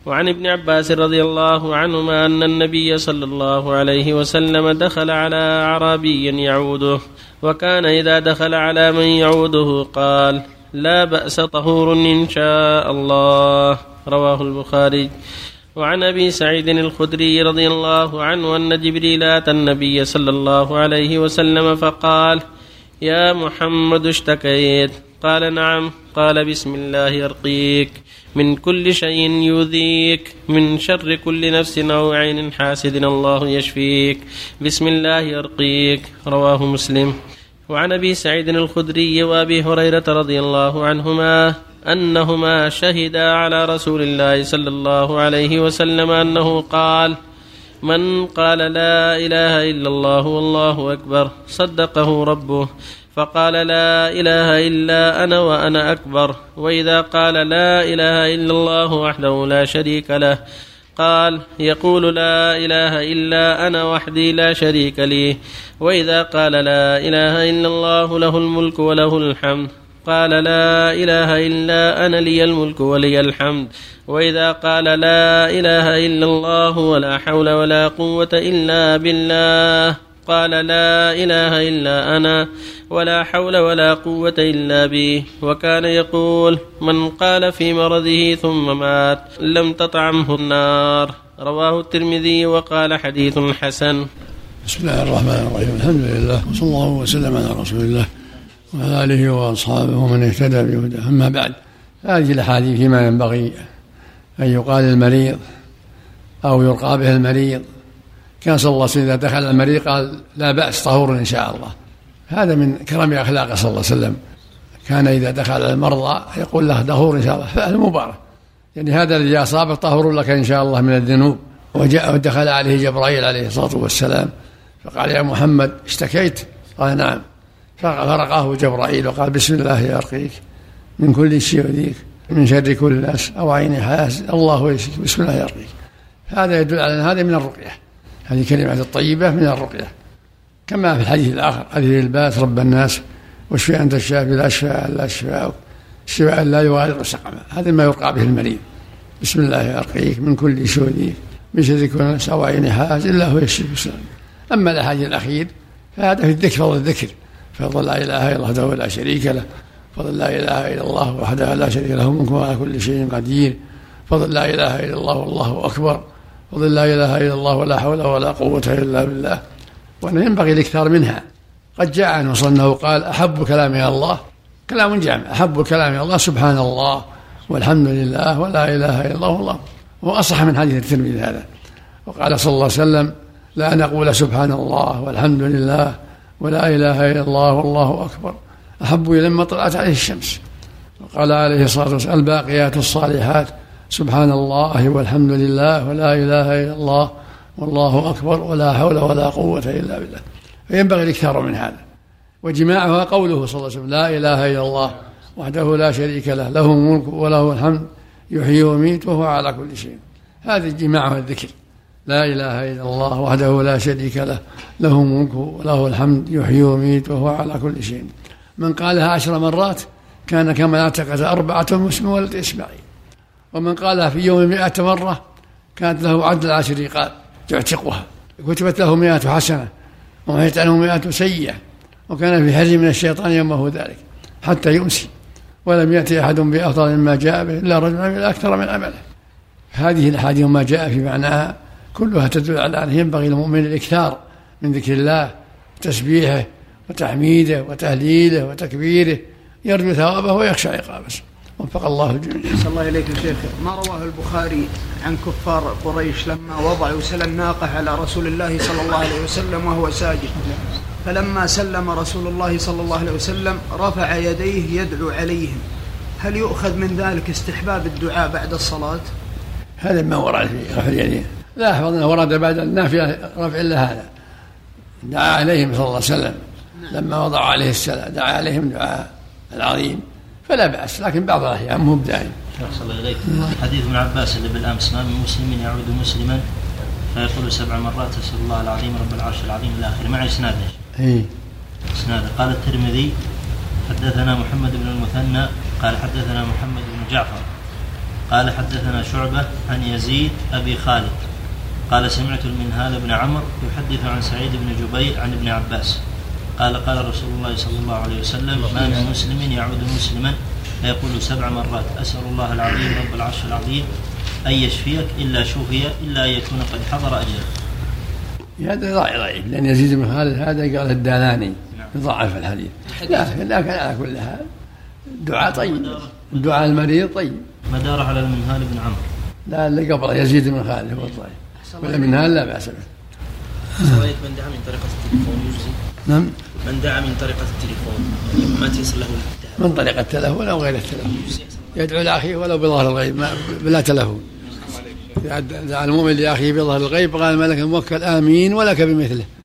وعن ابن عباس رضي الله عنهما أن النبي صلى الله عليه وسلم دخل على أعرابي يعوده، وكان إذا دخل على من يعوده قال: لا بأس طهور إن شاء الله. رواه البخاري. وعن أبي سعيد الخدري رضي الله عنه أن جبريل أتى النبي صلى الله عليه وسلم فقال: يا محمد اشتكيت؟ قال: نعم. قال: بسم الله يرقيك من كل شيء يؤذيك، من شر كل نفس أو عين حاسد الله يشفيك، بسم الله يرقيك. رواه مسلم. وعن أبي سعيد الخدري وأبي هريرة رضي الله عنهما أنهما شهدا على رسول الله صلى الله عليه وسلم أنه قال: من قال لا إله إلا الله والله أكبر صدقه ربه، فقال: لا إله إلا أنا وأنا أكبر. وإذا قال لا إله إلا الله وحده لا شريك له قال: يقول لا إله إلا أنا وحدي لا شريك لي. وإذا قال لا إله إلا الله له الملك وله الحمد قال: لا إله إلا أنا لي الملك ولي الحمد. وإذا قال لا إله إلا الله ولا حول ولا قوة إلا بالله قال: لا إله إلا أنا ولا حول ولا قوة إلا به. وكان يقول: من قال في مرضه ثم مات لم تطعمه النار. رواه الترمذي وقال: حديث حسن. بسم الله الرحمن الرحيم. الحمد لله وصلى الله وسلم على رسول الله وعلى آله وأصحابه ومن اهتدى بهداه. أما بعد، هذه الأحاديث فيما ينبغي أن يقال المريض أو يرقى به المريض. كان صلى الله عليه وسلم إذا دخل المريض قال: لا بأس طهور إن شاء الله. هذا من كرم أخلاقه صلى الله عليه وسلم، كان إذا دخل على المرضى يقول له طهور إن شاء الله، فعل مبارك. يعني هذا الذي أصابه طهور لك إن شاء الله من الذنوب. وجاء ودخل عليه جبرائيل عليه الصلاة والسلام فقال: يا محمد اشتكيت؟ قال: نعم. فرقاه جبرائيل وقال: بسم الله يرقيك من كل شيء يؤذيك، من شر كل ناس أو عين حاسد الله يشفيك، بسم الله يرقيك. هذا يدل على أن هذا من الرقية، هذه كلمة الطيبة من الرقية. كما في الحديث الآخر: هذه الباس رب الناس واشفي أنت الشافي لا شفاء إلا شفاءك شفاء لا يغادر سقما. هذا ما يرقى به المريض، بسم الله يرقيك من كل شيء يؤذيك، من شر كل ناس أو عين حاسد إلا هو يشفيك. أما الحديث الأخير فهذا في الذكر، فضل الذكر، فضل لا إله إلا الله وحده لا شريك له، فضل لا إله إلا الله وحده لا شريك له ملك على كل شيء قدير، فضل لا إله إلا الله والله أكبر، فضل لا إله إلا الله ولا حول ولا قوة إلا بالله. وأنه ينبغي الاكثار منها. قد جاء عنه صلى الله عليه وسلم قال: أحب كلام إلى الله كلام جامع، أحب كلام إلى الله سبحان الله والحمد لله ولا إله إلا الله والله. وأصح من حديث الترمذي هذا. وقال صلى الله عليه وسلم: لا نقول سبحان الله والحمد لله ولا إله إلا الله والله أكبر أحب إلى ما طلعت عليه الشمس. وقال عليه الصلاة والسلام: الباقيات الصالحات سبحان الله والحمد لله ولا إله إلا الله والله أكبر ولا حول ولا قوة إلا بالله. فينبغي الاكثار من هذا. وجماعها قوله صلى الله عليه وسلم: لا إله إلا الله وحده لا شريك له له الملك وله الحمد يحيي ويميت وهو على كل شيء. هذا جماعها الذكر: لا إله إلا الله وحده لا شريك له له الملك وله الحمد يحيي ويميت وهو على كل شيء. من قالها 10 مرات كان كما اعتقد 4 مسلم ولد إسماعيل. ومن قالها في يوم 100 مرة كانت له عدل 10 رقاب يعتقها، كتبت له 100 حسنة ومحيت عنه 100 سيئة، وكان في حرز من الشيطان يومه ذلك حتى يمسي، ولم يأتي أحد بأفضل مما جاء به إلا رجل عمل أكثر من عمله. هذه الأحاديث وما جاء في معناها كلها تدل على أنه ينبغي للمؤمن الإكثار من ذكر الله وتسبيحه وتحميده وتهليله وتكبيره، يرجو ثوابه ويخشى عقابه. وفق الله الجميع. صلى الله عليك شيخ. ما رواه البخاري عن كفار قريش لما وضعوا سل الناقة على رسول الله صلى الله عليه وسلم وهو ساجد، فلما سلم رسول الله صلى الله عليه وسلم رفع يديه يدعو عليهم، هل يؤخذ من ذلك استحباب الدعاء بعد الصلاة؟ هذا ما ورد في رفع اليدين، لا أحفظ أنه ورد بعد النافلة رفع إلا هذا. دعا عليهم صلى الله عليه وسلم لما وضعوا عليه السلام، دعا عليهم دعاء العظيم، فلا بأس، لكن بعض الأحيان مو بدائم. صلى الله عليه حديث ابن عباس اللي بالأمس: ما من مسلم يعود مسلما فيقول 7 مرات أسأل الله العظيم رب العرش العظيم إلى آخره. مع إسناده إسناده. قال الترمذي: حدثنا محمد بن المثنى قال حدثنا محمد بن جعفر قال حدثنا شعبة عن يزيد أبي خالد قال سمعت المنهال بن عمرو يحدث عن سعيد بن جبير عن ابن عباس قال قال رسول الله صلى الله عليه وسلم ما من مسلم يعود مسلما فيقول 7 مرات أسأل الله العظيم رب العرش العظيم أن يشفيك إلا شفي إلا أن يكون قد حضر أجله. هذا ضعيف لأن يزيد بن خالد هذا قال الدالاني يضعف الحديث، لكن على كل حال دعاء طيب، دعاء المريض طيب. مداره على المنهال بن عمرو، لا اللي قبل يزيد بن خالد هو الطيب، ولا منهال لا بأس به. من دعا من طريقة التليفون يجزي؟ نعم، من دعا من طريقة التليفون يعني ما تيسر له الدعاء من طريقة التلفون أو غير التلفون يدعو لأخيه ولو بظهر الغيب بلا تلفون. دعا المؤمن لأخيه بظهر الغيب قال الملك الموكل آمين ولك بمثله.